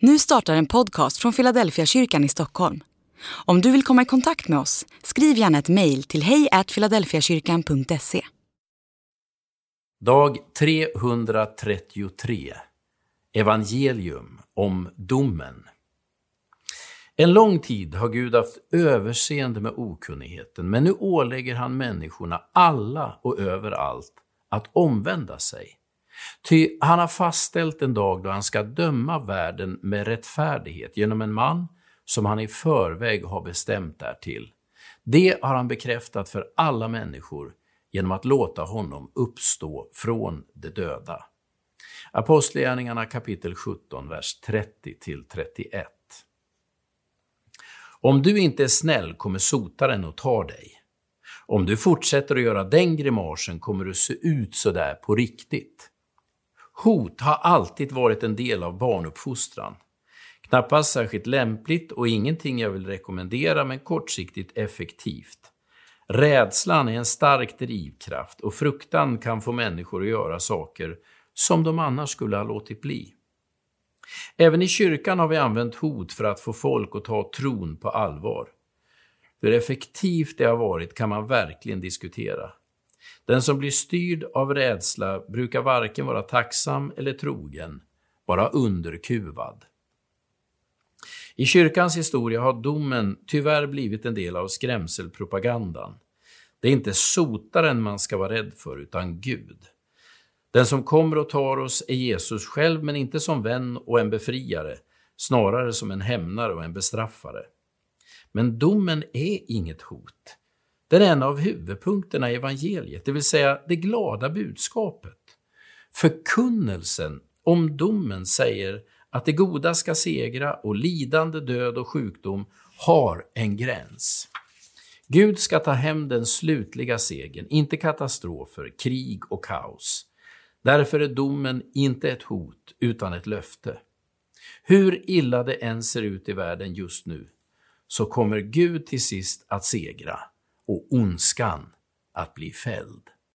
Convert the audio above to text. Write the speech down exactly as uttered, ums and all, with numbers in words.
Nu startar en podcast från Philadelphia kyrkan i Stockholm. Om du vill komma i kontakt med oss, skriv gärna ett mejl till hej at philadelphiakyrkan punkt se. Dag trehundratrettiotre. Evangelium om domen. En lång tid har Gud haft överseende med okunnigheten, men nu ålägger han människorna alla och överallt att omvända sig. Ty han har fastställt en dag då han ska döma världen med rättfärdighet genom en man som han i förväg har bestämt därtill. Det har han bekräftat för alla människor genom att låta honom uppstå från de döda. Apostlagärningarna kapitel sjutton, vers trettio till trettioett. Om du inte är snäll kommer sotaren att ta dig. Om du fortsätter att göra den grimasen kommer du se ut så där på riktigt. Hot har alltid varit en del av barnuppfostran. Knappast särskilt lämpligt och ingenting jag vill rekommendera, men kortsiktigt effektivt. Rädslan är en stark drivkraft och fruktan kan få människor att göra saker som de annars skulle ha låtit bli. Även i kyrkan har vi använt hot för att få folk att ta tron på allvar. Hur effektivt det har varit kan man verkligen diskutera. Den som blir styrd av rädsla brukar varken vara tacksam eller trogen, bara underkuvad. I kyrkans historia har domen tyvärr blivit en del av skrämselpropagandan. Det är inte sotaren man ska vara rädd för, utan Gud. Den som kommer och tar oss är Jesus själv, men inte som vän och en befriare, snarare som en hämnare och en bestraffare. Men domen är inget hot. Den är en av huvudpunkterna i evangeliet, det vill säga det glada budskapet. Förkunnelsen om domen säger att det goda ska segra och lidande, död och sjukdom har en gräns. Gud ska ta hem den slutliga segern, inte katastrofer, krig och kaos. Därför är domen inte ett hot utan ett löfte. Hur illa det än ser ut i världen just nu, så kommer Gud till sist att segra och ondskan att bli fälld.